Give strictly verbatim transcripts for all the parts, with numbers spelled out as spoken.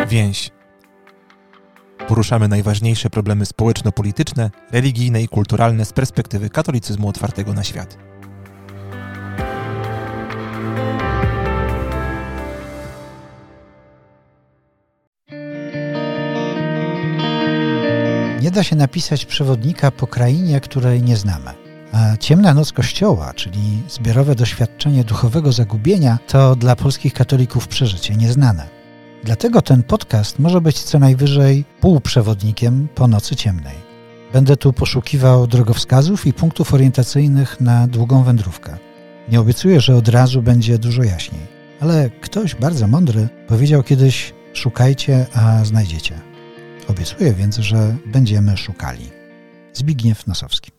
Więź. Poruszamy najważniejsze problemy społeczno-polityczne, religijne i kulturalne z perspektywy katolicyzmu otwartego na świat. Nie da się napisać przewodnika po krainie, której nie znamy. A Ciemna Noc Kościoła, czyli zbiorowe doświadczenie duchowego zagubienia, to dla polskich katolików przeżycie nieznane. Dlatego ten podcast może być co najwyżej półprzewodnikiem po nocy ciemnej. Będę tu poszukiwał drogowskazów i punktów orientacyjnych na długą wędrówkę. Nie obiecuję, że od razu będzie dużo jaśniej, ale ktoś bardzo mądry powiedział kiedyś: szukajcie, a znajdziecie. Obiecuję więc, że będziemy szukali. Zbigniew Nosowski.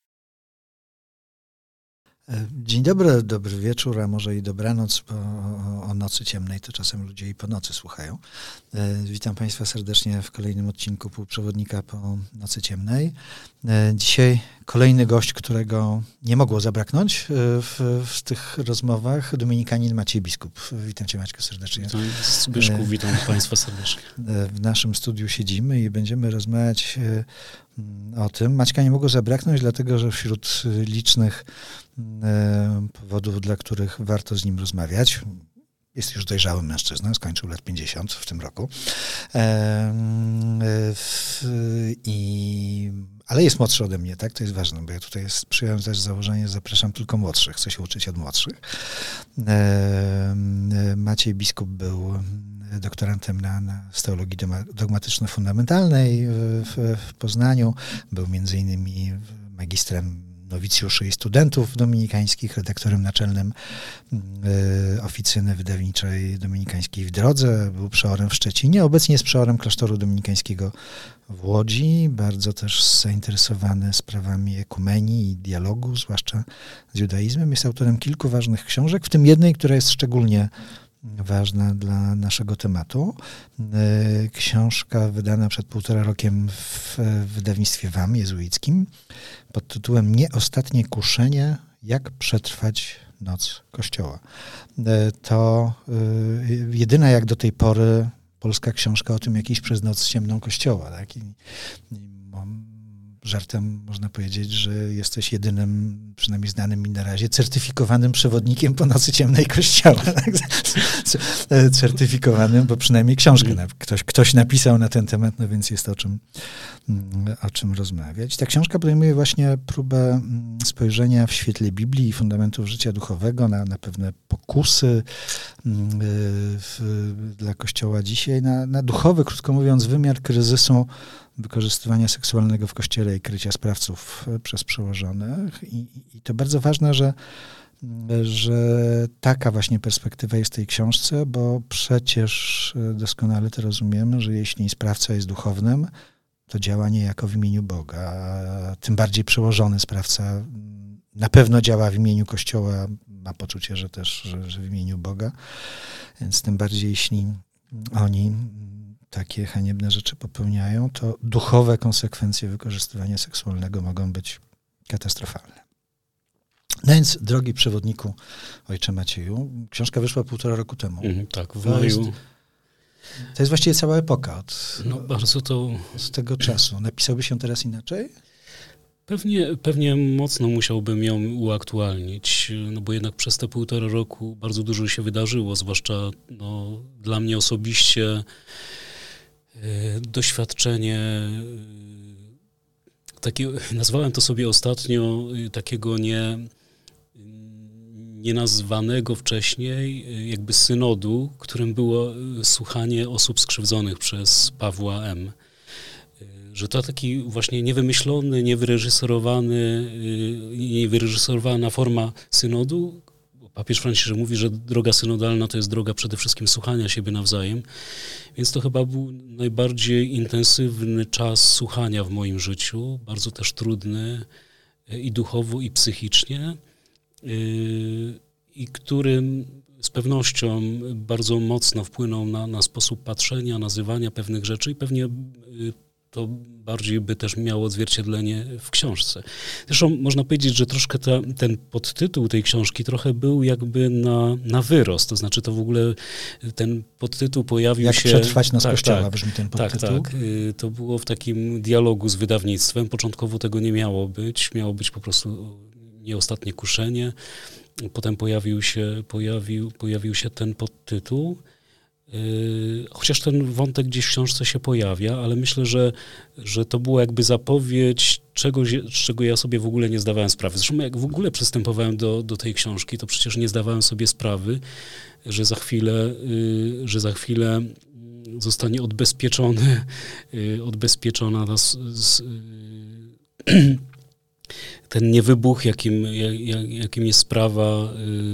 Dzień dobry, dobry wieczór, a może i dobranoc, bo o nocy ciemnej to czasem ludzie i po nocy słuchają. Witam Państwa serdecznie w kolejnym odcinku Półprzewodnika po nocy ciemnej. Dzisiaj kolejny gość, którego nie mogło zabraknąć w, w tych rozmowach, dominikanin Maciej Biskup. Witam Cię, Maćku, serdecznie. Witam, Zbyszku, witam Państwa serdecznie. W naszym studiu siedzimy i będziemy rozmawiać o tym. Maćka nie mogło zabraknąć, dlatego że wśród licznych powodów, dla których warto z nim rozmawiać, jest już dojrzałym mężczyzną, skończył lat pięćdziesiąt w tym roku. I, ale jest młodszy ode mnie, tak? To jest ważne, bo ja tutaj jest, przyjąłem też założenie, zapraszam tylko młodszych, chcę się uczyć od młodszych. Maciej Biskup był doktorantem na, na z teologii dogmatyczno-fundamentalnej w, w Poznaniu. Był między innymi magistrem nowicjuszy i studentów dominikańskich, redaktorem naczelnym y, oficyny wydawniczej dominikańskiej w Drodze, był przeorem w Szczecinie, obecnie jest przeorem klasztoru dominikańskiego w Łodzi, bardzo też zainteresowany sprawami ekumenii i dialogu, zwłaszcza z judaizmem. Jest autorem kilku ważnych książek, w tym jednej, która jest szczególnie ważna dla naszego tematu. Książka wydana przed półtora rokiem w wydawnictwie W A M jezuickim pod tytułem Nie ostatnie kuszenie, jak przetrwać noc Kościoła. To jedyna jak do tej pory polska książka o tym, jak iść przez noc ciemną Kościoła. Tak? I, i żartem można powiedzieć, że jesteś jedynym, przynajmniej znanym mi na razie, certyfikowanym przewodnikiem po nocy ciemnej Kościoła. Certyfikowanym, bo przynajmniej książkę ktoś, ktoś napisał na ten temat, no więc jest o czym, o czym rozmawiać. Ta książka podejmuje właśnie próbę spojrzenia w świetle Biblii i fundamentów życia duchowego na, na pewne pokusy w, dla Kościoła dzisiaj, na, na duchowy, krótko mówiąc, wymiar kryzysu wykorzystywania seksualnego w Kościele i krycia sprawców przez przełożonych. I, i to bardzo ważne, że, że taka właśnie perspektywa jest w tej książce, bo przecież doskonale to rozumiemy, że jeśli sprawca jest duchownym, to działa niejako w imieniu Boga. A tym bardziej przełożony sprawca na pewno działa w imieniu Kościoła, ma poczucie, że też że, że w imieniu Boga. Więc tym bardziej, jeśli oni takie haniebne rzeczy popełniają, to duchowe konsekwencje wykorzystywania seksualnego mogą być katastrofalne. No więc, drogi przewodniku, ojcze Macieju, książka wyszła półtora roku temu. Mm, tak, w to maju. Jest, to jest właściwie cała epoka od, no, bardzo to... od tego czasu. Napisałbyś ją teraz inaczej? Pewnie, pewnie mocno musiałbym ją uaktualnić, no bo jednak przez te półtora roku bardzo dużo się wydarzyło, zwłaszcza no, dla mnie osobiście doświadczenie, takie, nazwałem to sobie ostatnio, takiego nie, nienazwanego wcześniej jakby synodu, którym było słuchanie osób skrzywdzonych przez Pawła M. Że to taki właśnie niewymyślony, niewyreżyserowany, niewyreżyserowana forma synodu. Papież Franciszek mówi, że droga synodalna to jest droga przede wszystkim słuchania siebie nawzajem, więc to chyba był najbardziej intensywny czas słuchania w moim życiu, bardzo też trudny i duchowo, i psychicznie, i którym z pewnością bardzo mocno wpłynął na, na sposób patrzenia, nazywania pewnych rzeczy i pewnie to bardziej by też miało odzwierciedlenie w książce. Zresztą można powiedzieć, że troszkę ta, ten podtytuł tej książki trochę był jakby na, na wyrost, to znaczy to w ogóle ten podtytuł pojawił Jak się... Jak przetrwać na z tak, kościoła, tak, brzmi ten podtytuł. Tak, tak. To było w takim dialogu z wydawnictwem. Początkowo tego nie miało być. Miało być po prostu nie ostatnie kuszenie. Potem pojawił się, pojawił, pojawił się ten podtytuł. Chociaż ten wątek gdzieś w książce się pojawia, ale myślę, że, że to była jakby zapowiedź czegoś, z czego ja sobie w ogóle nie zdawałem sprawy. Zresztą jak w ogóle przystępowałem do, do tej książki, to przecież nie zdawałem sobie sprawy, że za chwilę, że za chwilę zostanie odbezpieczony, odbezpieczona nas z, ten niewybuch, jakim, jakim jest sprawa,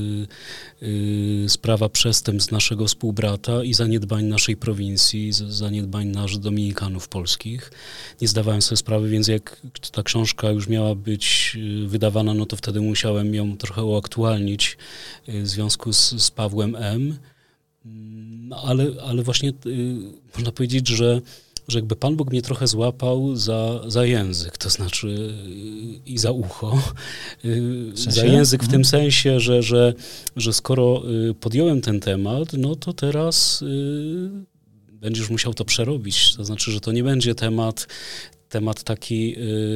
yy, sprawa przestępstw naszego współbrata i zaniedbań naszej prowincji, zaniedbań naszych dominikanów polskich. Nie zdawałem sobie sprawy, więc jak ta książka już miała być wydawana, no to wtedy musiałem ją trochę uaktualnić w związku z, z Pawłem M. No, ale, ale właśnie yy, można powiedzieć, że że jakby Pan Bóg mnie trochę złapał za, za język, to znaczy i za ucho. W sensie? Za język w mhm. tym sensie, że, że, że skoro podjąłem ten temat, no to teraz y, będziesz musiał to przerobić. To znaczy, że to nie będzie temat temat taki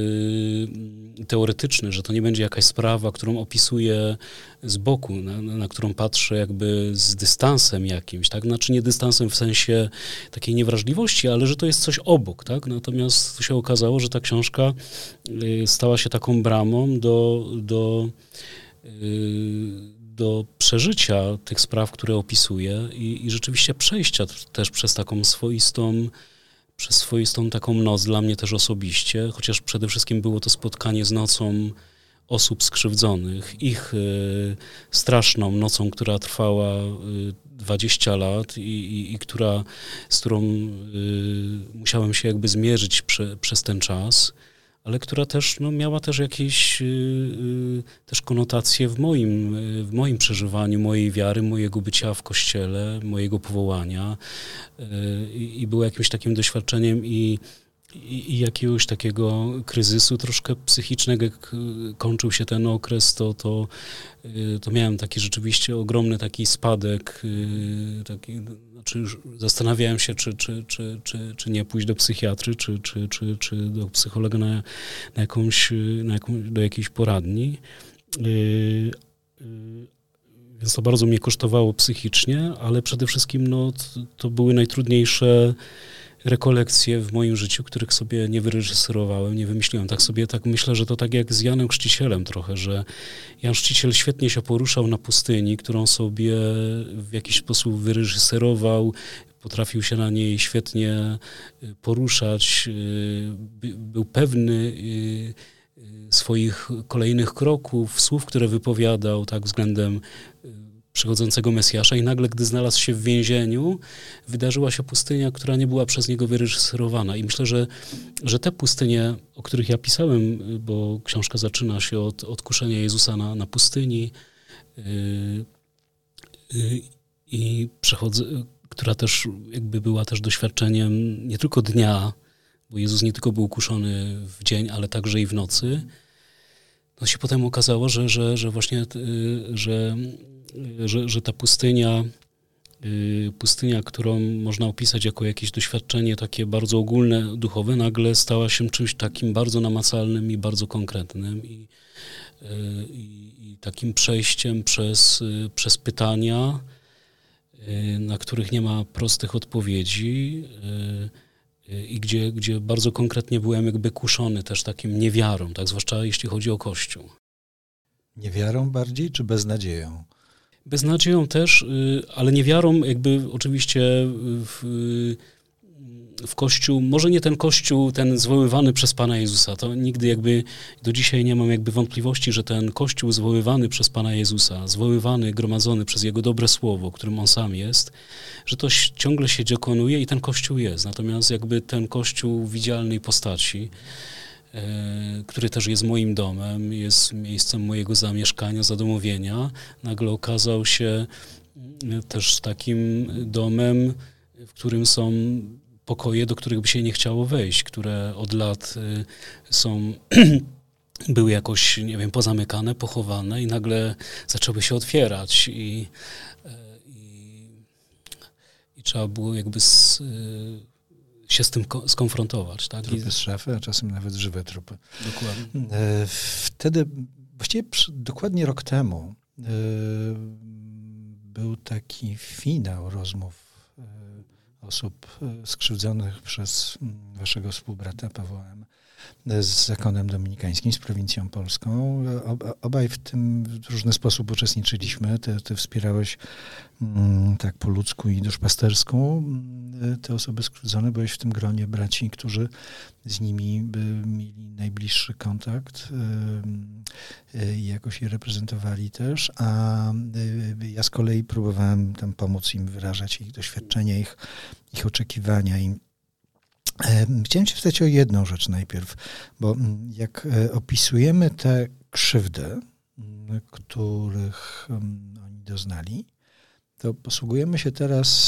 y, teoretyczny, że to nie będzie jakaś sprawa, którą opisuję z boku, na, na którą patrzę jakby z dystansem jakimś, tak? Znaczy nie dystansem w sensie takiej niewrażliwości, ale że to jest coś obok, tak? Natomiast się okazało, że ta książka y, stała się taką bramą do, do, y, do przeżycia tych spraw, które opisuję i, i rzeczywiście przejścia też przez taką swoistą przez swoistą taką noc dla mnie też osobiście, chociaż przede wszystkim było to spotkanie z nocą osób skrzywdzonych, ich y, straszną nocą, która trwała y, dwadzieścia lat i, i, i która, z którą y, musiałem się jakby zmierzyć prze, przez ten czas, ale która też no, miała też jakieś y, y, też konotacje w moim, y, w moim przeżywaniu mojej wiary, mojego bycia w Kościele, mojego powołania y, i była jakimś takim doświadczeniem i, i, i jakiegoś takiego kryzysu troszkę psychicznego. Jak kończył się ten okres, to, to, y, to miałem taki rzeczywiście ogromny taki spadek, y, taki, znaczy już zastanawiałem się, czy, czy, czy, czy, czy nie pójść do psychiatry, czy, czy, czy, czy do psychologa na, na jakąś, na jakąś, do jakiejś poradni. Yy, yy, więc to bardzo mnie kosztowało psychicznie, ale przede wszystkim no, to, to były najtrudniejsze rekolekcje w moim życiu, których sobie nie wyreżyserowałem, nie wymyśliłem. Tak sobie tak myślę, że to tak jak z Janem Chrzcicielem trochę, że Jan Chrzciciel świetnie się poruszał na pustyni, którą sobie w jakiś sposób wyreżyserował, potrafił się na niej świetnie poruszać, był pewny swoich kolejnych kroków, słów, które wypowiadał, tak względem przychodzącego Mesjasza i nagle, gdy znalazł się w więzieniu, wydarzyła się pustynia, która nie była przez niego wyreżyserowana. I myślę, że, że te pustynie, o których ja pisałem, bo książka zaczyna się od, od kuszenia Jezusa na, na pustyni yy, yy, i przechodzę, która też jakby była też doświadczeniem nie tylko dnia, bo Jezus nie tylko był kuszony w dzień, ale także i w nocy. No się potem okazało, że, że, że właśnie, yy, że Że, że ta pustynia, y, pustynia, którą można opisać jako jakieś doświadczenie takie bardzo ogólne, duchowe, nagle stała się czymś takim bardzo namacalnym i bardzo konkretnym i, y, i takim przejściem przez, y, przez pytania, y, na których nie ma prostych odpowiedzi y, y, i gdzie, gdzie bardzo konkretnie byłem jakby kuszony też takim niewiarą, tak, zwłaszcza jeśli chodzi o Kościół. Niewiarą bardziej czy beznadzieją? Beznadzieją też, ale niewiarą jakby oczywiście w, w Kościół, może nie ten Kościół, ten zwoływany przez Pana Jezusa, to nigdy jakby, do dzisiaj nie mam jakby wątpliwości, że ten Kościół zwoływany przez Pana Jezusa, zwoływany, gromadzony przez Jego dobre słowo, którym On sam jest, że to ciągle się dokonuje i ten Kościół jest. Natomiast jakby ten Kościół w widzialnej postaci, który też jest moim domem, jest miejscem mojego zamieszkania, zadomowienia, nagle okazał się też takim domem, w którym są pokoje, do których by się nie chciało wejść, które od lat są były jakoś, nie wiem, pozamykane, pochowane i nagle zaczęły się otwierać i, i, i trzeba było jakby z, się z tym ko- skonfrontować. Tak? Trupy z szafy, a czasem nawet żywe trupy. Dokładnie. Wtedy, właściwie przy, dokładnie rok temu yy, był taki finał rozmów yy, osób yy, skrzywdzonych przez yy, waszego współbrata Pawła M. z zakonem dominikańskim, z prowincją polską. Obaj w tym w różny sposób uczestniczyliśmy. Ty, ty wspierałeś mm, tak po ludzku i duszpastersku te osoby skrzywdzone. Byłeś w tym gronie braci, którzy z nimi by mieli najbliższy kontakt i jakoś je reprezentowali też, a ja z kolei próbowałem tam pomóc im wyrażać ich doświadczenia, ich, ich oczekiwania. I chciałem cię spytać o jedną rzecz najpierw, bo jak opisujemy te krzywdy, których oni doznali, to posługujemy się teraz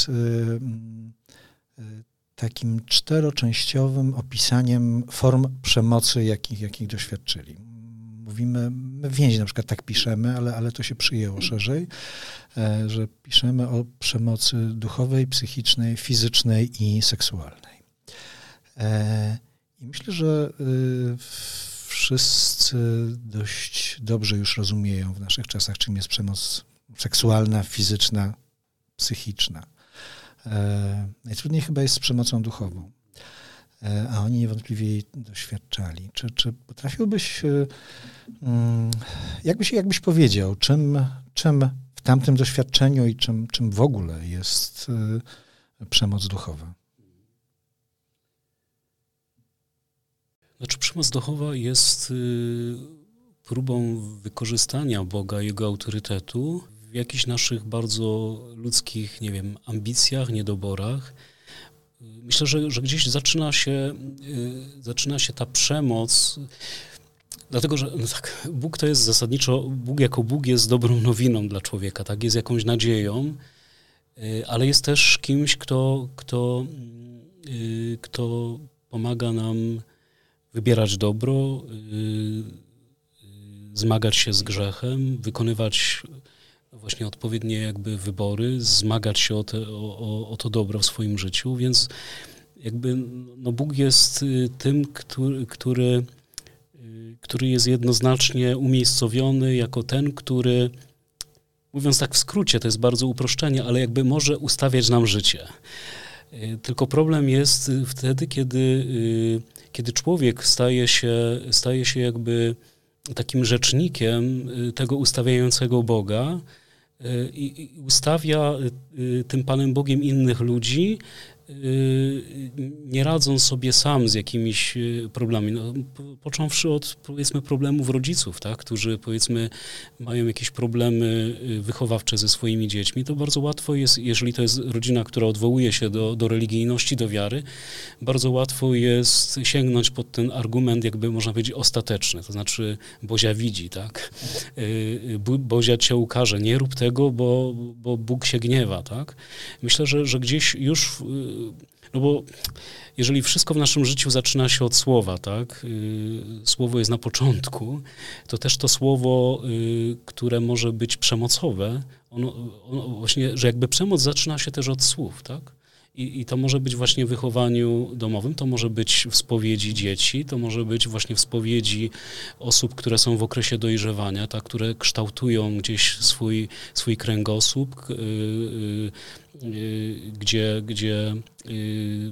takim czteroczęściowym opisaniem form przemocy, jakich, jakich doświadczyli. Mówimy, my w więzi na przykład tak piszemy, ale, ale to się przyjęło szerzej, że piszemy o przemocy duchowej, psychicznej, fizycznej i seksualnej. I myślę, że wszyscy dość dobrze już rozumieją w naszych czasach, czym jest przemoc seksualna, fizyczna, psychiczna. Najtrudniej chyba jest z przemocą duchową, a oni niewątpliwie jej doświadczali. Czy, czy potrafiłbyś, jakbyś, jakbyś powiedział, czym, czym w tamtym doświadczeniu i czym, czym w ogóle jest przemoc duchowa? Znaczy przemoc duchowa jest y, próbą wykorzystania Boga, Jego autorytetu w jakichś naszych bardzo ludzkich, nie wiem, ambicjach, niedoborach. Myślę, że, że gdzieś zaczyna się, y, zaczyna się ta przemoc, dlatego, że no tak, Bóg to jest zasadniczo, Bóg jako Bóg jest dobrą nowiną dla człowieka, tak, jest jakąś nadzieją, y, ale jest też kimś, kto, kto, y, kto pomaga nam wybierać dobro, yy, zmagać się z grzechem, wykonywać właśnie odpowiednie jakby wybory, zmagać się o, te, o, o to dobro w swoim życiu, więc jakby no Bóg jest tym, który, który, który jest jednoznacznie umiejscowiony jako ten, który, mówiąc tak w skrócie, to jest bardzo uproszczenie, ale jakby może ustawiać nam życie. Tylko problem jest wtedy, kiedy, kiedy człowiek staje się, staje się jakby takim rzecznikiem tego ustawiającego Boga i ustawia tym Panem Bogiem innych ludzi, nie radzą sobie sam z jakimiś problemami. No, począwszy od, powiedzmy, problemów rodziców, tak, którzy, powiedzmy, mają jakieś problemy wychowawcze ze swoimi dziećmi, to bardzo łatwo jest, jeżeli to jest rodzina, która odwołuje się do, do religijności, do wiary, bardzo łatwo jest sięgnąć pod ten argument, jakby można powiedzieć, ostateczny, to znaczy Bozia widzi, tak, Bozia cię ukaże, nie rób tego, bo, bo Bóg się gniewa, tak. Myślę, że, że gdzieś już no bo jeżeli wszystko w naszym życiu zaczyna się od słowa, tak, słowo jest na początku, to też to słowo, które może być przemocowe, ono, ono właśnie, że jakby przemoc zaczyna się też od słów, tak? I, I to może być właśnie w wychowaniu domowym, to może być w spowiedzi dzieci, to może być właśnie w spowiedzi osób, które są w okresie dojrzewania, tak, które kształtują gdzieś swój, swój kręgosłup, yy, yy, gdzie, gdzie yy,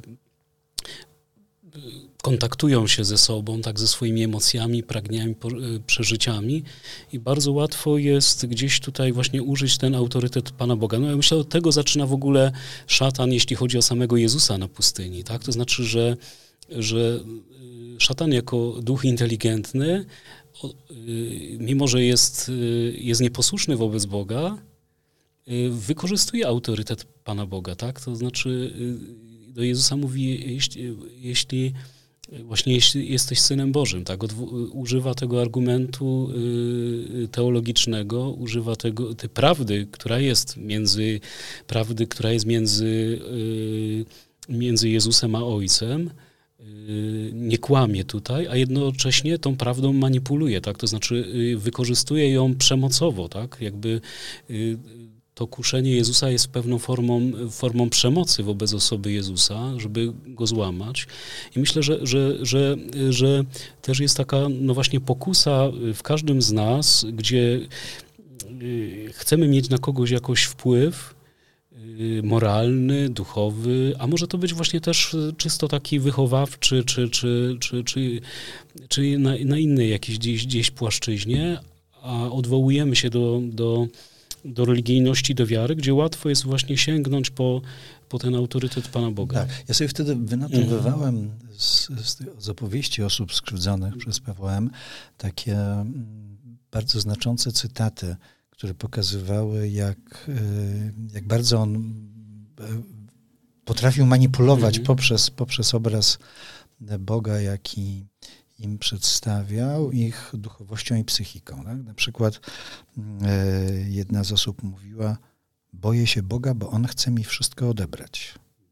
kontaktują się ze sobą, tak, ze swoimi emocjami, pragnieniami, przeżyciami i bardzo łatwo jest gdzieś tutaj właśnie użyć ten autorytet Pana Boga. No ja myślę, od tego zaczyna w ogóle szatan, jeśli chodzi o samego Jezusa na pustyni, tak? To znaczy, że, że szatan jako duch inteligentny, mimo że jest, jest nieposłuszny wobec Boga, wykorzystuje autorytet Pana Boga, tak? To znaczy do Jezusa mówi, jeśli, jeśli właśnie jeśli jesteś Synem Bożym, tak, Odw- używa tego argumentu y, teologicznego, używa tego, tej prawdy, która jest między, prawdy, która jest między y, między Jezusem a Ojcem, nie kłamie tutaj, a jednocześnie tą prawdą manipuluje, tak? To znaczy wykorzystuje ją przemocowo, tak? Jakby to kuszenie Jezusa jest pewną formą, formą przemocy wobec osoby Jezusa, żeby go złamać. I myślę, że, że, że, że też jest taka, no właśnie pokusa w każdym z nas, gdzie chcemy mieć na kogoś jakoś wpływ, moralny, duchowy, a może to być właśnie też czysto taki wychowawczy, czy, czy, czy, czy, czy na, na innej jakiejś gdzieś, gdzieś płaszczyźnie, a odwołujemy się do, do, do religijności, do wiary, gdzie łatwo jest właśnie sięgnąć po, po ten autorytet Pana Boga. Tak, ja sobie wtedy wynotowywałem z, z, z opowieści osób skrzywdzonych przez P W M takie bardzo znaczące cytaty, które pokazywały, jak, jak bardzo on potrafił manipulować mhm. poprzez, poprzez obraz Boga, jaki im przedstawiał, ich duchowością i psychiką. Tak? Na przykład jedna z osób mówiła: boję się Boga, bo On chce mi wszystko odebrać.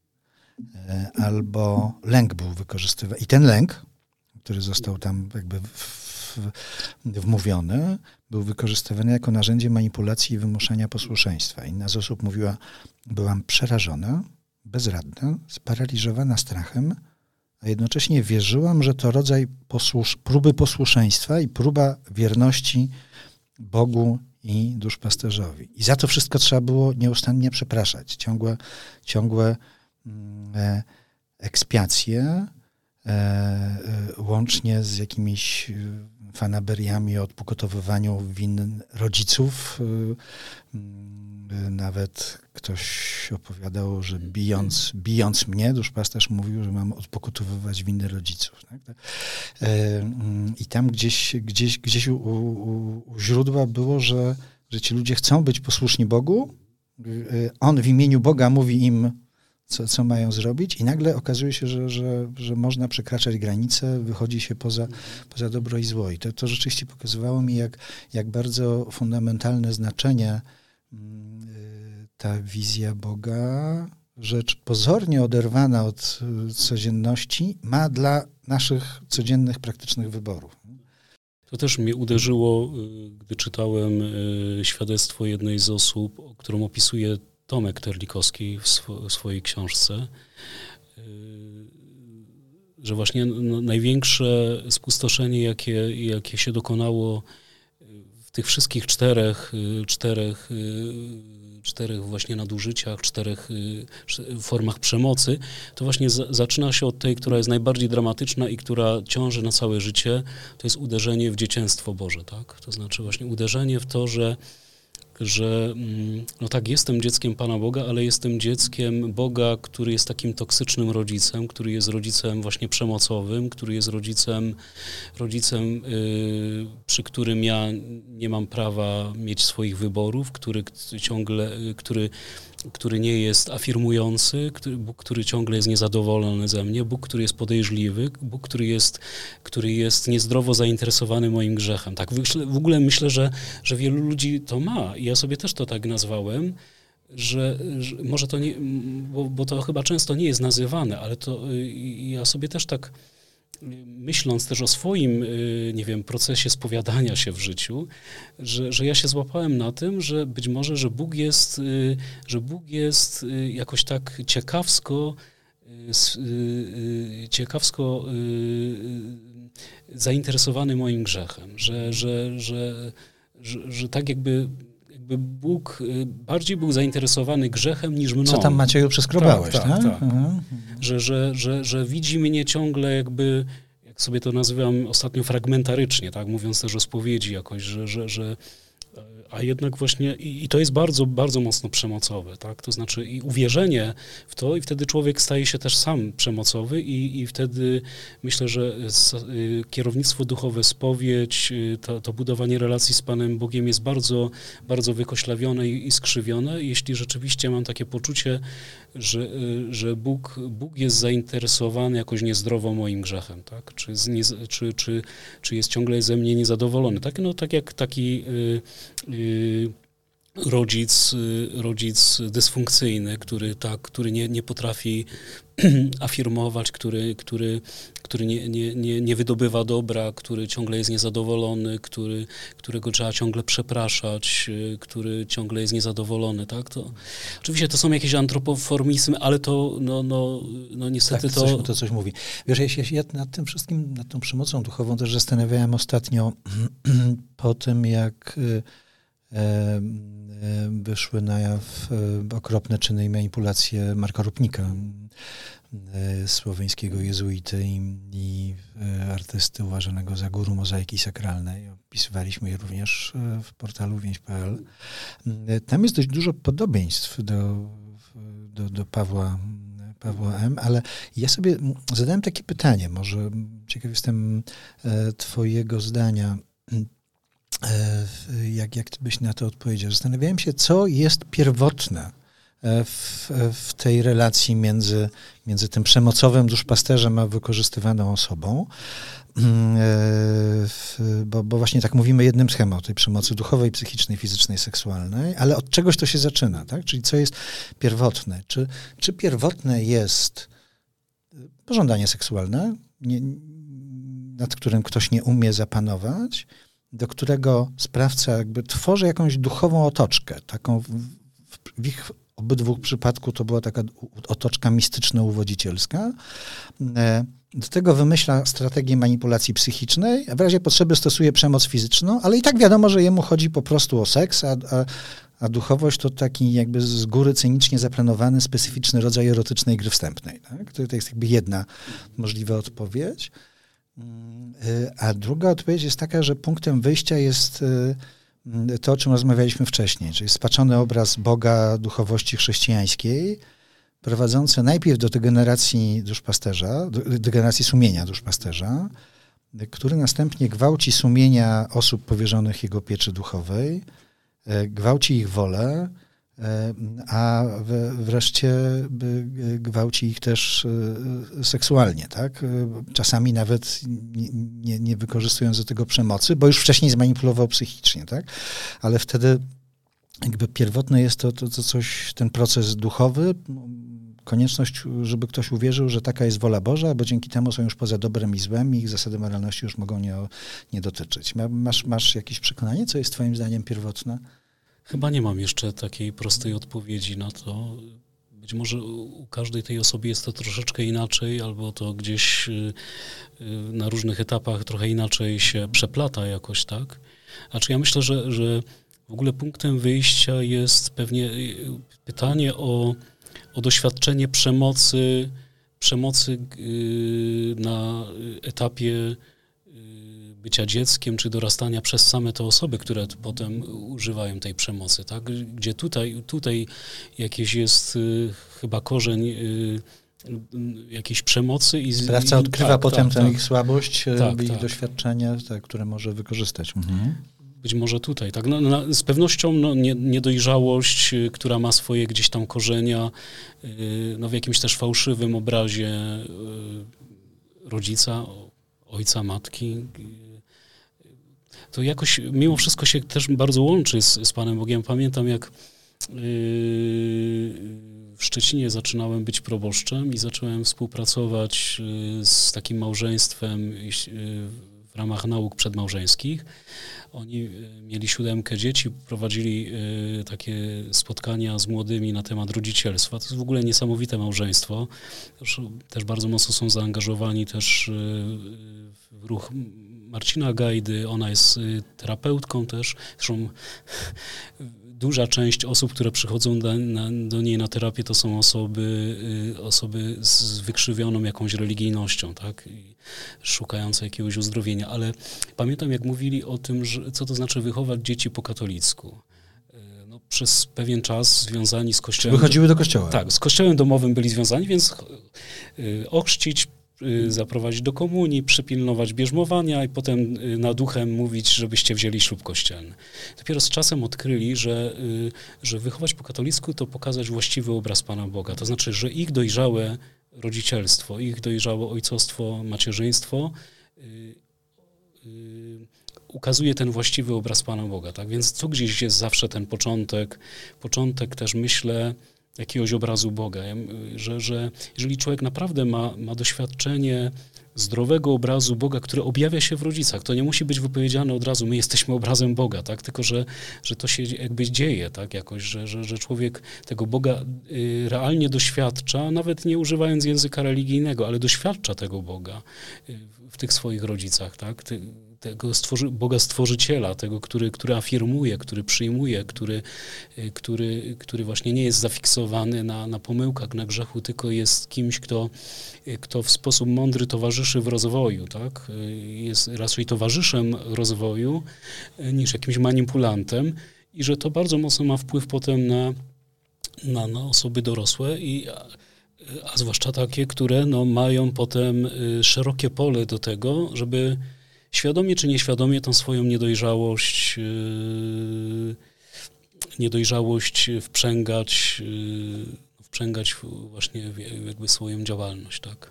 Albo lęk był wykorzystywany. I ten lęk, który został tam jakby w, wmówiony, był wykorzystywany jako narzędzie manipulacji i wymuszania posłuszeństwa. Inna z osób mówiła: byłam przerażona, bezradna, sparaliżowana strachem, a jednocześnie wierzyłam, że to rodzaj posłusz- próby posłuszeństwa i próba wierności Bogu i duszpasterzowi. I za to wszystko trzeba było nieustannie przepraszać. Ciągłe, ciągłe e, ekspiacje, e, e, łącznie z jakimiś fanaberiami o odpokutowywaniu win rodziców. Nawet ktoś opowiadał, że bijąc, bijąc mnie, duszpasterz mówił, że mam odpokutowywać winy rodziców. Tak? I tam gdzieś, gdzieś, gdzieś u, u, u źródła było, że, że ci ludzie chcą być posłuszni Bogu. On w imieniu Boga mówi im, Co, co mają zrobić, i nagle okazuje się, że, że, że można przekraczać granice, wychodzi się poza, poza dobro i zło. I to, to rzeczywiście pokazywało mi, jak, jak bardzo fundamentalne znaczenie ta wizja Boga, rzecz pozornie oderwana od codzienności, ma dla naszych codziennych, praktycznych wyborów. To też mnie uderzyło, gdy czytałem świadectwo jednej z osób, którą opisuje Tomek Terlikowski w, sw- w swojej książce, że właśnie no, największe spustoszenie, jakie, jakie się dokonało w tych wszystkich czterech, czterech, czterech właśnie nadużyciach, czterech formach przemocy, to właśnie z- zaczyna się od tej, która jest najbardziej dramatyczna i która ciąży na całe życie, to jest uderzenie w dzieciństwo Boże, tak? To znaczy właśnie uderzenie w to, że że no tak, jestem dzieckiem Pana Boga, ale jestem dzieckiem Boga, który jest takim toksycznym rodzicem, który jest rodzicem właśnie przemocowym, który jest rodzicem, rodzicem yy, przy którym ja nie mam prawa mieć swoich wyborów, który ciągle, który, który nie jest afirmujący, który, Bóg, który ciągle jest niezadowolony ze mnie, Bóg, który jest podejrzliwy, Bóg, który jest, który jest niezdrowo zainteresowany moim grzechem. Tak, w ogóle myślę, że, że wielu ludzi to ma. I ja sobie też to tak nazwałem, że, że może to nie, bo, bo to chyba często nie jest nazywane, ale to ja sobie też tak, myśląc też o swoim, nie wiem, procesie spowiadania się w życiu, że, że ja się złapałem na tym, że być może, że Bóg jest, że Bóg jest jakoś tak ciekawsko, ciekawsko zainteresowany moim grzechem, że, że, że, że, że tak jakby jakby Bóg bardziej był zainteresowany grzechem niż mną. Co tam, Macieju, przeskrobałeś, tak? Tak, tak, tak. tak. Mhm. Że, że, że, że widzi mnie ciągle jakby, jak sobie to nazywam ostatnio fragmentarycznie, tak, mówiąc też o spowiedzi jakoś, że, że, że a jednak właśnie, i, i to jest bardzo, bardzo mocno przemocowe, tak, to znaczy i uwierzenie w to, i wtedy człowiek staje się też sam przemocowy i, i wtedy myślę, że s, y, kierownictwo duchowe, spowiedź, y, to, to budowanie relacji z Panem Bogiem jest bardzo, bardzo wykoślawione i, i skrzywione, jeśli rzeczywiście mam takie poczucie, że, y, że Bóg, Bóg jest zainteresowany jakoś niezdrowo moim grzechem, tak, czy, z, nie, czy, czy, czy jest ciągle ze mnie niezadowolony, tak, no tak jak taki y, y, rodzic, rodzic dysfunkcyjny, który tak, który nie, nie potrafi afirmować, który, który, który nie, nie, nie, nie wydobywa dobra, który ciągle jest niezadowolony, który, którego trzeba ciągle przepraszać, który ciągle jest niezadowolony, tak? To, oczywiście to są jakieś antropoformizmy, ale to no, no, no niestety tak, to... Coś, to coś mówi. Wiesz, ja się ja nad tym wszystkim, nad tą przemocą duchową też zastanawiałem ostatnio po tym, jak e, wyszły na jaw okropne czyny i manipulacje Marka Rupnika, słoweńskiego jezuity i, i artysty uważanego za guru mozaiki sakralnej. Opisywaliśmy je również w portalu więź kropka pe el. Tam jest dość dużo podobieństw do, do, do Pawła, Pawła M., ale ja sobie zadałem takie pytanie, może ciekaw jestem twojego zdania. Jak, jak byś na to odpowiedział? Zastanawiałem się, co jest pierwotne w, w tej relacji między, między tym przemocowym duszpasterzem a wykorzystywaną osobą, bo, bo właśnie tak mówimy jednym schematą, tej przemocy duchowej, psychicznej, fizycznej, seksualnej, ale od czegoś to się zaczyna, tak? Czyli co jest pierwotne? Czy, czy pierwotne jest pożądanie seksualne, nie, nad którym ktoś nie umie zapanować, do którego sprawca jakby tworzy jakąś duchową otoczkę, taką w, w ich obydwu przypadku to była taka otoczka mistyczno-uwodzicielska. Do tego wymyśla strategię manipulacji psychicznej, a w razie potrzeby stosuje przemoc fizyczną, ale i tak wiadomo, że jemu chodzi po prostu o seks, a, a, a duchowość to taki jakby z góry cynicznie zaplanowany, specyficzny rodzaj erotycznej gry wstępnej. Tak? To, to jest jakby jedna możliwa odpowiedź. A druga odpowiedź jest taka, że punktem wyjścia jest to, o czym rozmawialiśmy wcześniej, czyli spaczony obraz Boga duchowości chrześcijańskiej, prowadzący najpierw do degeneracji duszpasterza, do degeneracji sumienia duszpasterza, który następnie gwałci sumienia osób powierzonych jego pieczy duchowej, gwałci ich wolę, a wreszcie gwałci ich też seksualnie, tak? Czasami nawet nie, nie, nie wykorzystując do tego przemocy, bo już wcześniej zmanipulował psychicznie, tak? Ale wtedy jakby pierwotne jest to, to, to coś, ten proces duchowy, konieczność, żeby ktoś uwierzył, że taka jest wola Boża, bo dzięki temu są już poza dobrem i złem i ich zasady moralności już mogą nie, nie dotyczyć. Masz, masz jakieś przekonanie, co jest twoim zdaniem pierwotne? Chyba nie mam jeszcze takiej prostej odpowiedzi na to. Być może u każdej tej osoby jest to troszeczkę inaczej, albo to gdzieś na różnych etapach trochę inaczej się przeplata jakoś, tak? Znaczy ja myślę, że, że w ogóle punktem wyjścia jest pewnie pytanie o, o doświadczenie przemocy, przemocy na etapie bycia dzieckiem, czy dorastania przez same te osoby, które potem używają tej przemocy, tak? Gdzie tutaj, tutaj jakieś jest y, chyba korzeń y, jakiejś przemocy. I Sprawca i, odkrywa tak, potem tak, tę tak. ich słabość, tak, ich tak. doświadczenie, tak, które może wykorzystać. Mhm. Być może tutaj, tak. No, no, z pewnością no, nie, niedojrzałość, y, która ma swoje gdzieś tam korzenia, y, no, w jakimś też fałszywym obrazie y, rodzica, ojca, matki. To jakoś mimo wszystko się też bardzo łączy z, z Panem Bogiem. Pamiętam, jak yy, w Szczecinie zaczynałem być proboszczem i zacząłem współpracować yy, z takim małżeństwem yy, w ramach nauk przedmałżeńskich. Oni yy, mieli siódemkę dzieci, prowadzili yy, takie spotkania z młodymi na temat rodzicielstwa. To jest w ogóle niesamowite małżeństwo. Też, też bardzo mocno są zaangażowani też yy, w ruch Marcina Gajdy, ona jest terapeutką też, zresztą duża część osób, które przychodzą do, na, do niej na terapię, to są osoby, osoby z wykrzywioną jakąś religijnością, tak, i szukające jakiegoś uzdrowienia, ale pamiętam, jak mówili o tym, że, co to znaczy wychować dzieci po katolicku. No, przez pewien czas związani z kościołem... Wychodziły do kościoła. Tak, z kościołem domowym byli związani, więc ochrzcić, zaprowadzić do komunii, przypilnować bierzmowania i potem nad duchem mówić, żebyście wzięli ślub kościelny. Dopiero z czasem odkryli, że, że wychować po katolicku to pokazać właściwy obraz Pana Boga. To znaczy, że ich dojrzałe rodzicielstwo, ich dojrzałe ojcostwo, macierzyństwo ukazuje ten właściwy obraz Pana Boga, tak? Więc to gdzieś jest zawsze ten początek, początek też myślę jakiegoś obrazu Boga, że, że jeżeli człowiek naprawdę ma, ma doświadczenie zdrowego obrazu Boga, który objawia się w rodzicach, to nie musi być wypowiedziane od razu, my jesteśmy obrazem Boga, tak? Tylko że, że to się jakby dzieje, tak? Jakoś, że, że, że człowiek tego Boga y, realnie doświadcza, nawet nie używając języka religijnego, ale doświadcza tego Boga y, w tych swoich rodzicach, tak? Ty, tego stworzy, Boga Stworzyciela, tego, który, który afirmuje, który przyjmuje, który, który, który właśnie nie jest zafiksowany na, na pomyłkach, na grzechu, tylko jest kimś, kto, kto w sposób mądry towarzyszy w rozwoju, tak? Jest raczej towarzyszem rozwoju niż jakimś manipulantem i że to bardzo mocno ma wpływ potem na, na, na osoby dorosłe i a zwłaszcza takie, które no, mają potem szerokie pole do tego, żeby świadomie czy nieświadomie tą swoją niedojrzałość, yy, niedojrzałość wprzęgać, yy, wprzęgać właśnie w, jakby swoją działalność, tak.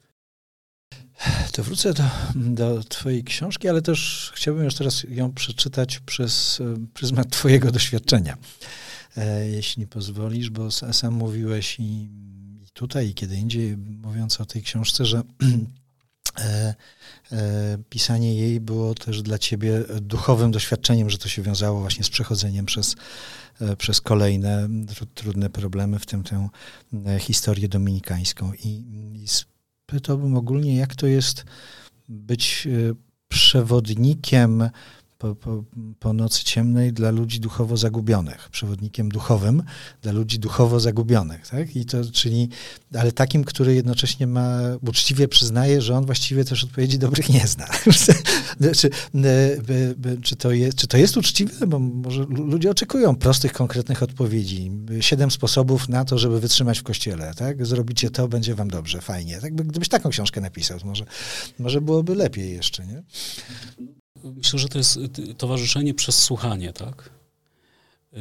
To wrócę do, do twojej książki, ale też chciałbym już teraz ją przeczytać przez pryzmat twojego doświadczenia, e, jeśli pozwolisz, bo sam mówiłeś i, i tutaj, i kiedy indziej, mówiąc o tej książce, że E, e, pisanie jej było też dla ciebie duchowym doświadczeniem, że to się wiązało właśnie z przechodzeniem przez, e, przez kolejne tr- trudne problemy, w tym tę e, historię dominikańską. I, i spytałbym ogólnie, jak to jest być e, przewodnikiem po, po, po nocy ciemnej dla ludzi duchowo zagubionych, przewodnikiem duchowym dla ludzi duchowo zagubionych, tak? I to, czyli, ale takim, który jednocześnie ma, uczciwie przyznaje, że on właściwie też odpowiedzi dobrych nie zna. czy, czy, to jest, czy to jest uczciwe? Bo może ludzie oczekują prostych, konkretnych odpowiedzi. Siedem sposobów na to, żeby wytrzymać w kościele, tak? Zrobicie to, będzie wam dobrze, fajnie. Tak? Gdybyś taką książkę napisał, to może, może byłoby lepiej jeszcze, nie? Myślę, że to jest towarzyszenie przez słuchanie, tak? Yy,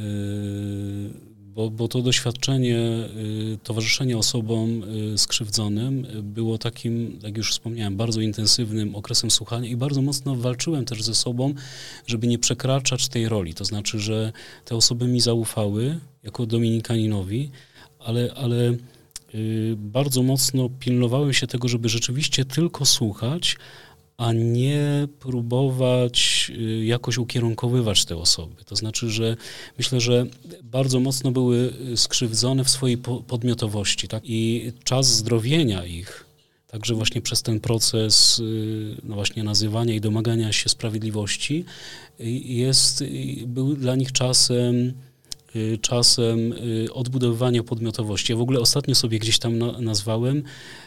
bo, bo to doświadczenie yy, towarzyszenia osobom yy, skrzywdzonym było takim, jak już wspomniałem, bardzo intensywnym okresem słuchania i bardzo mocno walczyłem też ze sobą, żeby nie przekraczać tej roli. To znaczy, że te osoby mi zaufały jako dominikaninowi, ale, ale yy, bardzo mocno pilnowałem się tego, żeby rzeczywiście tylko słuchać, a nie próbować jakoś ukierunkowywać te osoby. To znaczy, że myślę, że bardzo mocno były skrzywdzone w swojej podmiotowości, tak? I czas zdrowienia ich, także właśnie przez ten proces no właśnie nazywania i domagania się sprawiedliwości jest, był dla nich czasem czasem odbudowywania podmiotowości. Ja w ogóle ostatnio sobie gdzieś tam nazwałem,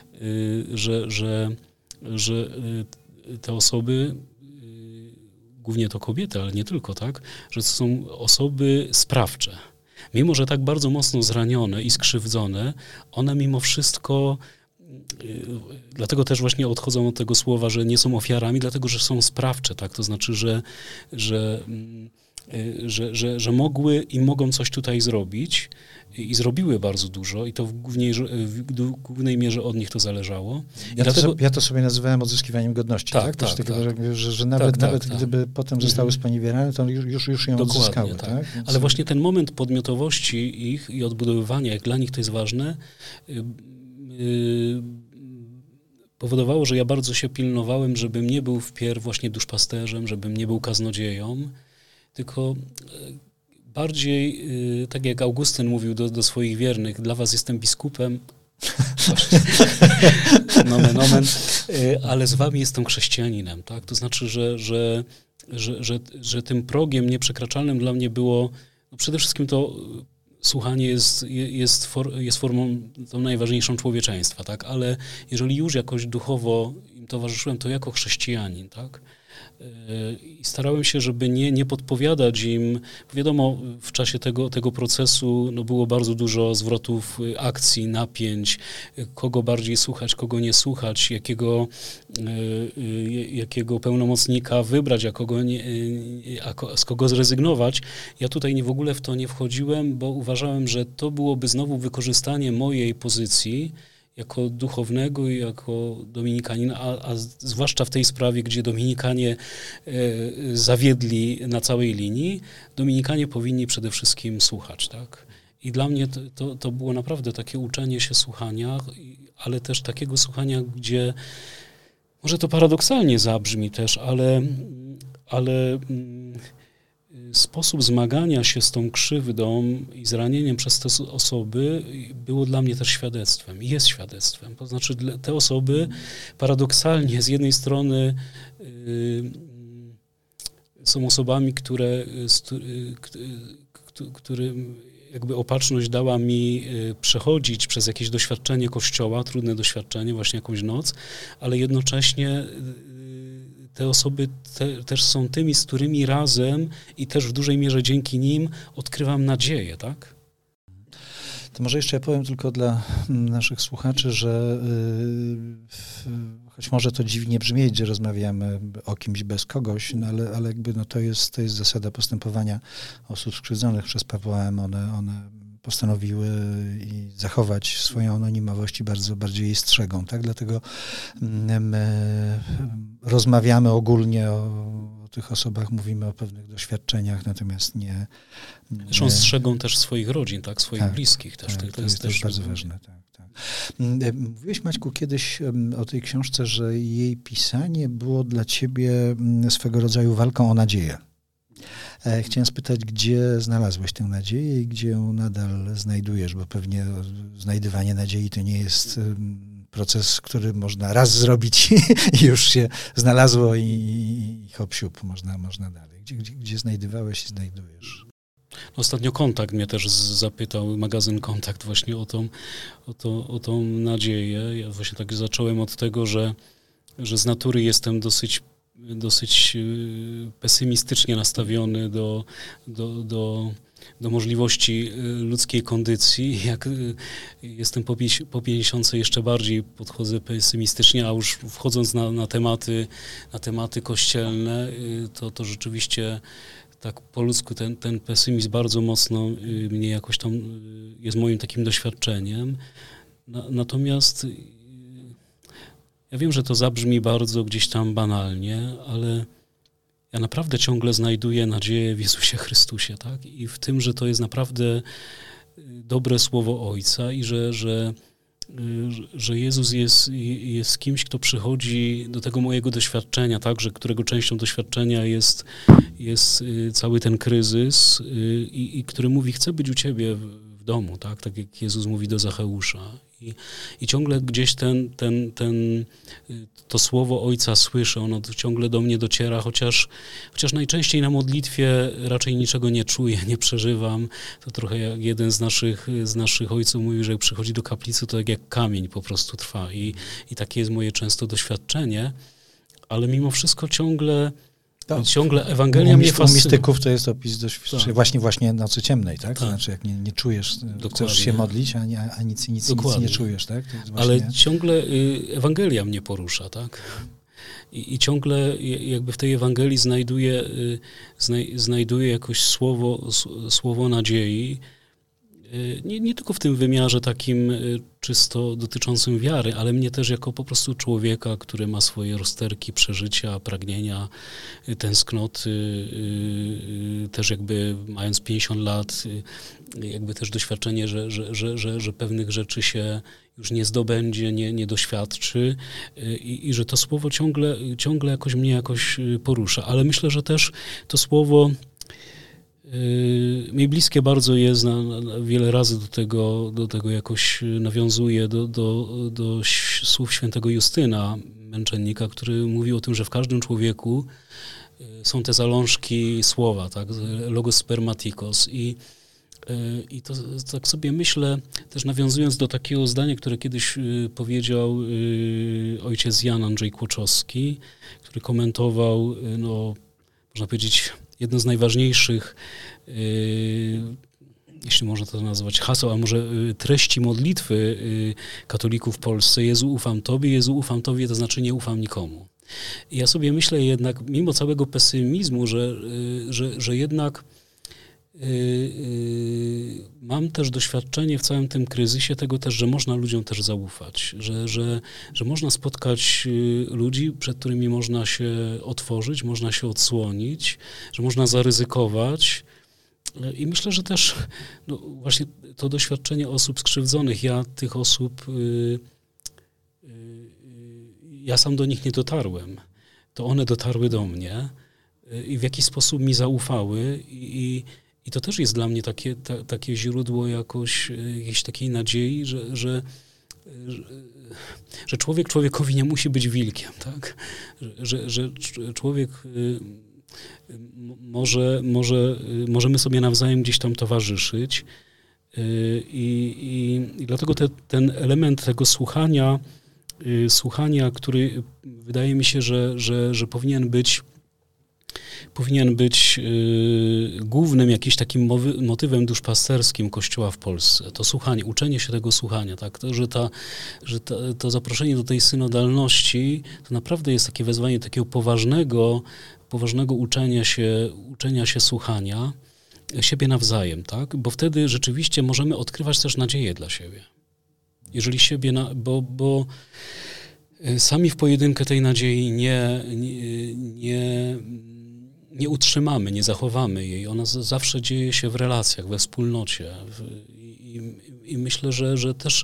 że, że, że te osoby, głównie to kobiety, ale nie tylko, tak, że to są osoby sprawcze. Mimo że tak bardzo mocno zranione i skrzywdzone, one mimo wszystko, dlatego też właśnie odchodzą od tego słowa, że nie są ofiarami, dlatego że są sprawcze, tak, to znaczy, że, że, że, że, że mogły i mogą coś tutaj zrobić i zrobiły bardzo dużo i to w głównej, w głównej mierze od nich to zależało. Ja, dlatego... to sobie, ja to sobie nazywałem odzyskiwaniem godności, tak? tak? tak, tak. Że, że, że nawet, tak, nawet tak, gdyby tak. potem zostały sponiewierane, to już, już ją Dokładnie, odzyskały. Tak. Tak? Więc... Ale właśnie ten moment podmiotowości ich i odbudowywania, jak dla nich to jest ważne, yy, yy, powodowało, że ja bardzo się pilnowałem, żebym nie był wpierw właśnie duszpasterzem, żebym nie był kaznodzieją, tylko yy, bardziej, yy, tak jak Augustyn mówił do, do swoich wiernych, dla was jestem biskupem, nomen, nomen, yy, ale z wami jestem chrześcijaninem, tak? To znaczy, że, że, że, że, że tym progiem nieprzekraczalnym dla mnie było, no przede wszystkim to słuchanie jest, jest, for, jest formą tą najważniejszą człowieczeństwa, tak? Ale jeżeli już jakoś duchowo im towarzyszyłem, to jako chrześcijanin, tak? I starałem się, żeby nie, nie podpowiadać im, wiadomo, w czasie tego, tego procesu no było bardzo dużo zwrotów akcji, napięć, kogo bardziej słuchać, kogo nie słuchać, jakiego, jakiego pełnomocnika wybrać, a kogo nie, a z kogo zrezygnować. Ja tutaj nie, w ogóle w to nie wchodziłem, bo uważałem, że to byłoby znowu wykorzystanie mojej pozycji jako duchownego i jako dominikanina, a, a zwłaszcza w tej sprawie, gdzie dominikanie e, zawiedli na całej linii, dominikanie powinni przede wszystkim słuchać, tak? I dla mnie to, to, to było naprawdę takie uczenie się słuchania, ale też takiego słuchania, gdzie może to paradoksalnie zabrzmi też, ale, ale sposób zmagania się z tą krzywdą i zranieniem przez te osoby było dla mnie też świadectwem i jest świadectwem. To znaczy te osoby paradoksalnie z jednej strony y, są osobami, które, którym jakby opatrzność dała mi przechodzić przez jakieś doświadczenie Kościoła, trudne doświadczenie, właśnie jakąś noc, ale jednocześnie te osoby te, też są tymi, z którymi razem i też w dużej mierze dzięki nim odkrywam nadzieję, tak? To może jeszcze ja powiem tylko dla naszych słuchaczy, że yy, choć może to dziwnie brzmieć, że rozmawiamy o kimś bez kogoś, no ale, ale jakby no to jest, to jest zasada postępowania osób skrzywdzonych przez Pawła M. One, one postanowiły i zachować swoją anonimowość i bardzo bardziej jej strzegą, tak? Dlatego my rozmawiamy ogólnie o, o tych osobach, mówimy o pewnych doświadczeniach, natomiast nie... nie... Zresztą strzegą też swoich rodzin, tak? Swoich tak, bliskich też. Tak, to, to, to jest, jest też też bardzo ważne, tak. Mówiłeś, Maćku, kiedyś o tej książce, że jej pisanie było dla ciebie swego rodzaju walką o nadzieję. Chciałem spytać, gdzie znalazłeś tę nadzieję i gdzie ją nadal znajdujesz, bo pewnie znajdywanie nadziei to nie jest proces, który można raz zrobić i już się znalazło i, i hop siup, można, można dalej. Gdzie, gdzie, gdzie znajdowałeś i znajdujesz? Ostatnio Kontakt mnie też zapytał, magazyn Kontakt właśnie o tą, o to, o tą nadzieję. Ja właśnie tak zacząłem od tego, że, że z natury jestem dosyć, dosyć pesymistycznie nastawiony do, do, do, do możliwości ludzkiej kondycji. Jak jestem po, po pięćdziesiątce jeszcze bardziej podchodzę pesymistycznie, a już wchodząc na, na, tematy, na tematy kościelne, to, to rzeczywiście tak po ludzku ten, ten pesymizm bardzo mocno y, mnie jakoś tam y, jest moim takim doświadczeniem. Na, natomiast y, ja wiem, że to zabrzmi bardzo gdzieś tam banalnie, ale ja naprawdę ciągle znajduję nadzieję w Jezusie Chrystusie, tak? I w tym, że to jest naprawdę dobre słowo Ojca i że, że, że Jezus jest, jest kimś, kto przychodzi do tego mojego doświadczenia, tak? Że którego częścią doświadczenia jest, jest cały ten kryzys i, i który mówi, chcę być u Ciebie w domu, tak? Tak jak Jezus mówi do Zacheusza. I, i ciągle gdzieś ten, ten, ten, to słowo Ojca słyszę, ono ciągle do mnie dociera, chociaż, chociaż najczęściej na modlitwie raczej niczego nie czuję, nie przeżywam. To trochę jak jeden z naszych, z naszych ojców mówi, że jak przychodzi do kaplicy, to tak jak kamień po prostu trwa. I, i takie jest moje często doświadczenie, ale mimo wszystko ciągle... Tak. Ciągle Ewangelia mnie fascynuje. U mistyków to jest opis dość, tak. właśnie, właśnie nocy ciemnej, tak? tak. To znaczy, jak nie, nie czujesz, dokładnie. Chcesz się modlić, a, nie, a nic, nic, nic nie czujesz, tak? Właśnie... Ale ciągle y, Ewangelia mnie porusza, tak? I, i ciągle jakby w tej Ewangelii znajduję, y, znaj, znajduję jakoś słowo, słowo nadziei, Nie, nie tylko w tym wymiarze takim czysto dotyczącym wiary, ale mnie też jako po prostu człowieka, który ma swoje rozterki, przeżycia, pragnienia, tęsknoty, też jakby mając pięćdziesiąt lat, jakby też doświadczenie, że, że, że, że, że pewnych rzeczy się już nie zdobędzie, nie, nie doświadczy i, i że to słowo ciągle, ciągle jakoś mnie jakoś porusza. Ale myślę, że też to słowo mi bliskie bardzo jest, na, na wiele razy do tego, do tego jakoś nawiązuje do, do, do słów świętego Justyna, męczennika, który mówił o tym, że w każdym człowieku są te zalążki słowa, tak, logos spermatikos. I, i to tak sobie myślę, też nawiązując do takiego zdania, które kiedyś powiedział ojciec Jan Andrzej Kłoczowski, który komentował, no, można powiedzieć, jedno z najważniejszych, yy, jeśli można to nazwać haseł, a może yy, treści modlitwy yy, katolików w Polsce: Jezu, ufam Tobie, Jezu, ufam Tobie, to znaczy nie ufam nikomu. I ja sobie myślę jednak, mimo całego pesymizmu, że, yy, że, że jednak mam też doświadczenie w całym tym kryzysie tego też, że można ludziom też zaufać, że, że, że można spotkać ludzi, przed którymi można się otworzyć, można się odsłonić, że można zaryzykować. I myślę, że też no właśnie to doświadczenie osób skrzywdzonych, ja tych osób, ja sam do nich nie dotarłem, to one dotarły do mnie i w jakiś sposób mi zaufały i, i to też jest dla mnie takie, ta, takie źródło jakoś, jakiejś takiej nadziei, że, że, że, że człowiek człowiekowi nie musi być wilkiem, tak? Że, że człowiek może, może, możemy sobie nawzajem gdzieś tam towarzyszyć i, i, i dlatego te, ten element tego słuchania, słuchania, który wydaje mi się, że, że, że powinien być powinien być y, głównym jakimś takim mowy, motywem duszpasterskim Kościoła w Polsce. To słuchanie, uczenie się tego słuchania, tak? To, że, ta, że ta, to zaproszenie do tej synodalności to naprawdę jest takie wezwanie takiego poważnego, poważnego uczenia się, uczenia się słuchania siebie nawzajem, tak? Bo wtedy rzeczywiście możemy odkrywać też nadzieję dla siebie. Jeżeli siebie, na, bo, bo sami w pojedynkę tej nadziei nie, nie, nie nie utrzymamy, nie zachowamy jej. Ona z, zawsze dzieje się w relacjach, we wspólnocie. W, i, I myślę, że, że też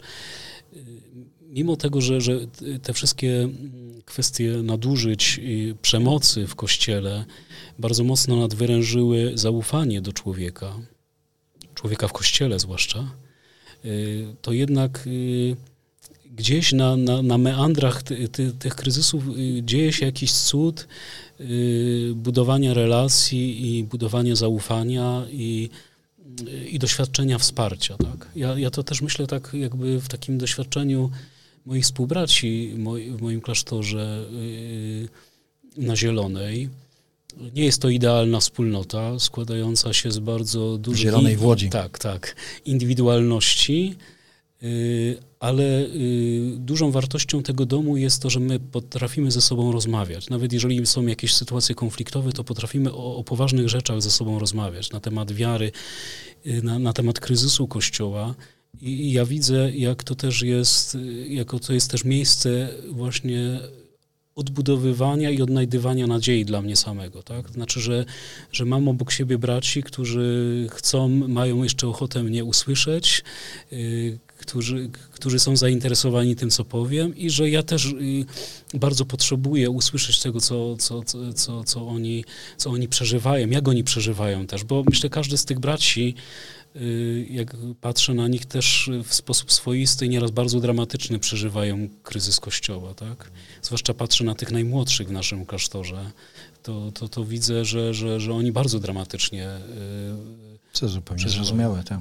mimo tego, że, że te wszystkie kwestie nadużyć i przemocy w Kościele bardzo mocno nadwyrężyły zaufanie do człowieka, człowieka w Kościele zwłaszcza, to jednak gdzieś na, na, na meandrach ty, ty, tych kryzysów dzieje się jakiś cud y, budowania relacji i budowania zaufania i, i doświadczenia wsparcia. Tak? Ja, ja to też myślę tak jakby w takim doświadczeniu moich współbraci moj, w moim klasztorze y, na Zielonej. Nie jest to idealna wspólnota składająca się z bardzo dużych... Zielonej w Łodzi. Tak, tak. Indywidualności, y, ale y, dużą wartością tego domu jest to, że my potrafimy ze sobą rozmawiać. Nawet jeżeli są jakieś sytuacje konfliktowe, to potrafimy o, o poważnych rzeczach ze sobą rozmawiać na temat wiary, y, na, na temat kryzysu Kościoła. I, I ja widzę, jak to też jest, y, jako to jest też miejsce właśnie odbudowywania i odnajdywania nadziei dla mnie samego, tak? Znaczy, że, że mam obok siebie braci, którzy chcą, mają jeszcze ochotę mnie usłyszeć, yy, którzy, którzy są zainteresowani tym, co powiem i że ja też yy, bardzo potrzebuję usłyszeć tego, co, co, co, co, co, oni, co oni przeżywają, jak oni przeżywają też, bo myślę, każdy z tych braci, jak patrzę na nich, też w sposób swoisty i nieraz bardzo dramatyczny przeżywają kryzys Kościoła, tak? Zwłaszcza patrzę na tych najmłodszych w naszym klasztorze, to, to, to widzę, że, że, że oni bardzo dramatycznie Co zupełnie zrozumiałe. Tak.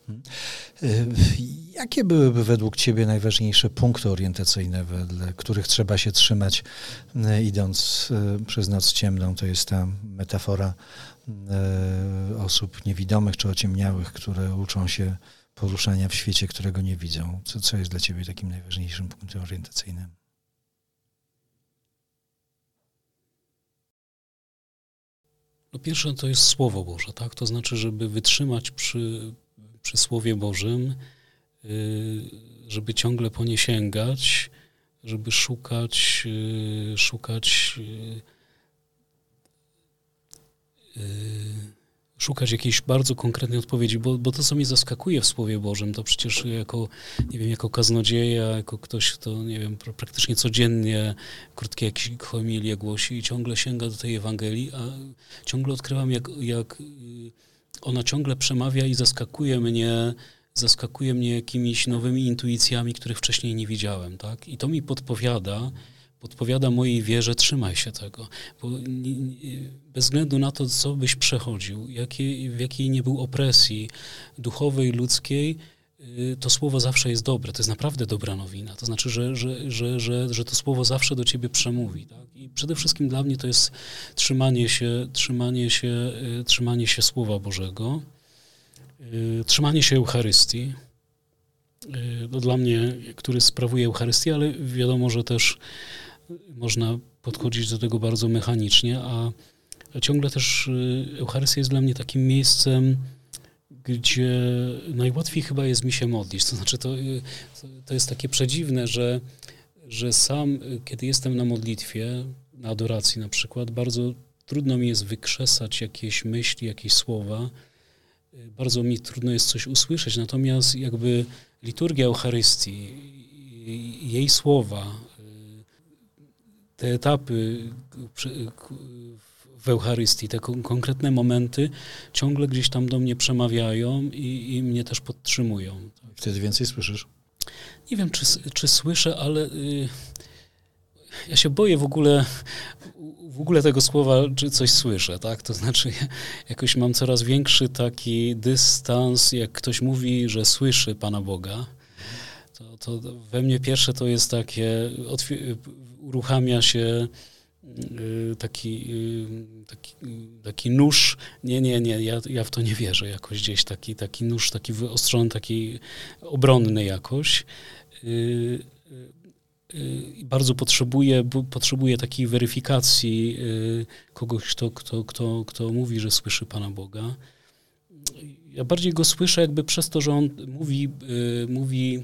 Jakie byłyby według ciebie najważniejsze punkty orientacyjne, wedle których trzeba się trzymać, idąc przez noc ciemną? To jest ta metafora osób niewidomych czy ociemniałych, które uczą się poruszania w świecie, którego nie widzą. Co, co jest dla ciebie takim najważniejszym punktem orientacyjnym? No pierwsze to jest Słowo Boże, tak? To znaczy, żeby wytrzymać przy, przy Słowie Bożym, yy, żeby ciągle po nie sięgać, żeby szukać, yy, szukać yy, szukać jakiejś bardzo konkretnej odpowiedzi, bo, bo to, co mnie zaskakuje w Słowie Bożym, to przecież jako, nie wiem, jako kaznodzieja, jako ktoś, kto, nie wiem, praktycznie codziennie krótkie jakieś homilie głosi i ciągle sięga do tej Ewangelii, a ciągle odkrywam, jak, jak ona ciągle przemawia i zaskakuje mnie, zaskakuje mnie jakimiś nowymi intuicjami, których wcześniej nie widziałem, tak? I to mi podpowiada, podpowiada mojej wierze, trzymaj się tego, bo bez względu na to, co byś przechodził, jakie, w jakiej nie był opresji duchowej, ludzkiej, to słowo zawsze jest dobre, to jest naprawdę dobra nowina, to znaczy, że, że, że, że, że to słowo zawsze do ciebie przemówi, tak? I przede wszystkim dla mnie to jest trzymanie się, trzymanie się, trzymanie się Słowa Bożego, trzymanie się Eucharystii, no dla mnie, który sprawuje Eucharystię, ale wiadomo, że też można podchodzić do tego bardzo mechanicznie, a ciągle też Eucharystia jest dla mnie takim miejscem gdzie najłatwiej chyba jest mi się modlić. To znaczy, to, to jest takie przedziwne, że, że sam, kiedy jestem na modlitwie, na adoracji na przykład, bardzo trudno mi jest wykrzesać jakieś myśli, jakieś słowa. Bardzo mi trudno jest coś usłyszeć. Natomiast jakby liturgia Eucharystii, jej słowa, te etapy w Eucharystii, te konkretne momenty ciągle gdzieś tam do mnie przemawiają i, i mnie też podtrzymują. Wtedy więcej słyszysz? Nie wiem, czy, czy słyszę, ale y, ja się boję w ogóle, w ogóle tego słowa, czy coś słyszę, tak? To znaczy ja jakoś mam coraz większy taki dystans, jak ktoś mówi, że słyszy Pana Boga, to, to we mnie pierwsze to jest takie, otw- uruchamia się Taki, taki, taki nóż, nie, nie, nie, ja, ja w to nie wierzę jakoś gdzieś, taki, taki nóż, taki wyostrzony, taki obronny jakoś. I bardzo potrzebuję, potrzebuję takiej weryfikacji kogoś, kto, kto, kto, kto mówi, że słyszy Pana Boga. Ja bardziej go słyszę jakby przez to, że on mówi, mówi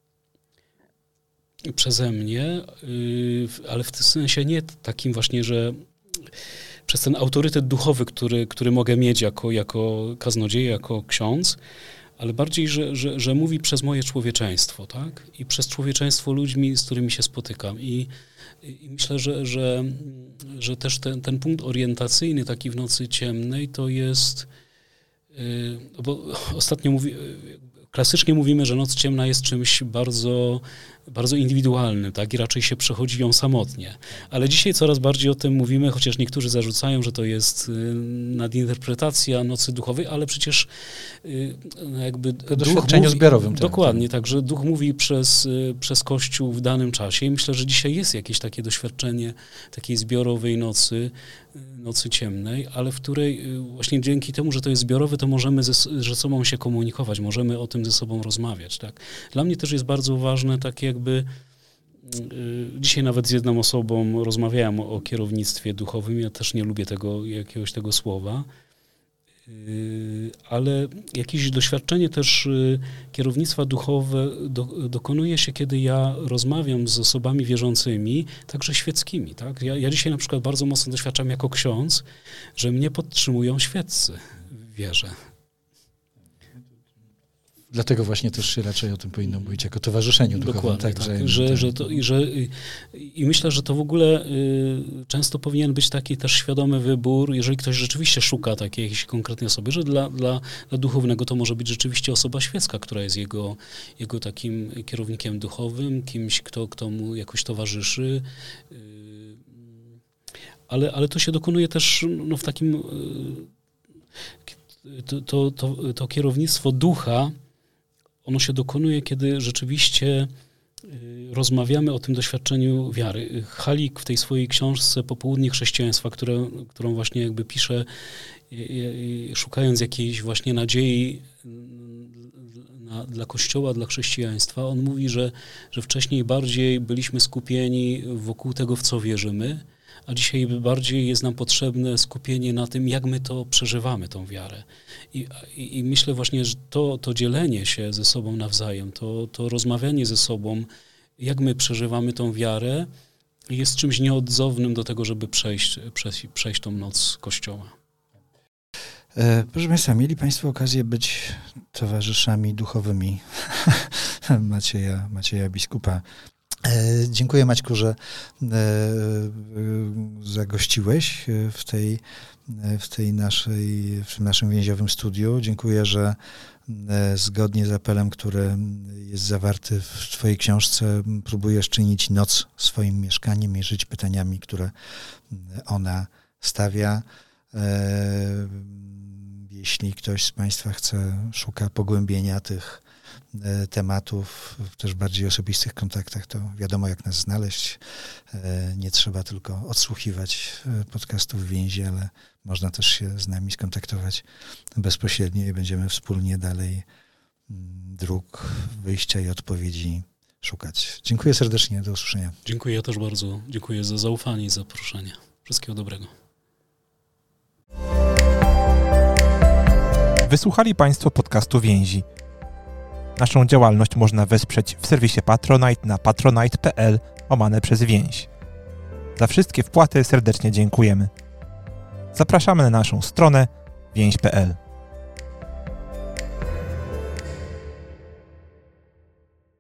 przeze mnie, ale w tym sensie nie takim właśnie, że przez ten autorytet duchowy, który, który mogę mieć jako, jako kaznodzieja, jako ksiądz, ale bardziej, że, że, że mówi przez moje człowieczeństwo, tak? I przez człowieczeństwo ludźmi, z którymi się spotykam. I, i myślę, że, że, że też ten, ten punkt orientacyjny taki w nocy ciemnej to jest, bo ostatnio mówi, klasycznie mówimy, że noc ciemna jest czymś bardzo, bardzo indywidualnym, tak? I raczej się przechodzi ją samotnie. Ale dzisiaj coraz bardziej o tym mówimy, chociaż niektórzy zarzucają, że to jest nadinterpretacja nocy duchowej, ale przecież jakby o doświadczeniu mówi, zbiorowym. Dokładnie, tak, że duch mówi przez, przez Kościół w danym czasie i myślę, że dzisiaj jest jakieś takie doświadczenie takiej zbiorowej nocy, nocy ciemnej, ale w której właśnie dzięki temu, że to jest zbiorowe, to możemy ze, ze sobą się komunikować, możemy o tym ze sobą rozmawiać. Tak. Dla mnie też jest bardzo ważne takie jakby, yy, dzisiaj nawet z jedną osobą rozmawiałem o, o kierownictwie duchowym, ja też nie lubię tego, jakiegoś tego słowa, yy, ale jakieś doświadczenie też yy, kierownictwa duchowe do, dokonuje się, kiedy ja rozmawiam z osobami wierzącymi, także świeckimi. Tak? Ja, ja dzisiaj na przykład bardzo mocno doświadczam jako ksiądz, że mnie podtrzymują świeccy w wierze. Dlatego właśnie też się raczej o tym powinno mówić, jako towarzyszeniu duchowym. Dokładnie, tak, tak, że, że, że, że to, i, że, i myślę, że to w ogóle y, często powinien być taki też świadomy wybór, jeżeli ktoś rzeczywiście szuka takiej jakiejś konkretnej osoby, że dla, dla, dla duchownego to może być rzeczywiście osoba świecka, która jest jego, jego takim kierownikiem duchowym, kimś, kto, kto mu jakoś towarzyszy. Y, ale, ale to się dokonuje też no, w takim... Y, to, to, to, to kierownictwo ducha, ono się dokonuje, kiedy rzeczywiście rozmawiamy o tym doświadczeniu wiary. Halik w tej swojej książce Popołudnie chrześcijaństwa, które, którą właśnie jakby pisze, szukając jakiejś właśnie nadziei na, dla Kościoła, dla chrześcijaństwa, on mówi, że, że wcześniej bardziej byliśmy skupieni wokół tego, w co wierzymy, a dzisiaj bardziej jest nam potrzebne skupienie na tym, jak my to przeżywamy, tą wiarę. I, i, i myślę właśnie, że to, to dzielenie się ze sobą nawzajem, to, to rozmawianie ze sobą, jak my przeżywamy tą wiarę, jest czymś nieodzownym do tego, żeby przejść, przejść, przejść tą noc Kościoła. E, proszę Państwa, mieli Państwo okazję być towarzyszami duchowymi Macieja, Macieja biskupa. E, dziękuję, Maćku, że e, e, zagościłeś w tej, w tej naszej, w tym naszym więziowym studiu. Dziękuję, że e, zgodnie z apelem, który jest zawarty w Twojej książce, próbujesz czynić noc swoim mieszkaniem i żyć pytaniami, które ona stawia. E, jeśli ktoś z Państwa chce, szuka pogłębienia tych tematów w też bardziej osobistych kontaktach, to wiadomo, jak nas znaleźć. Nie trzeba tylko odsłuchiwać podcastów w więzi, ale można też się z nami skontaktować bezpośrednio i będziemy wspólnie dalej dróg wyjścia i odpowiedzi szukać. Dziękuję serdecznie, do usłyszenia. Dziękuję też bardzo. Dziękuję za zaufanie i zaproszenie. Wszystkiego dobrego. Wysłuchali Państwo podcastu Więzi. Naszą działalność można wesprzeć w serwisie Patronite na patronite.pl łamane przez więź. Za wszystkie wpłaty serdecznie dziękujemy. Zapraszamy na naszą stronę więź kropka pe el.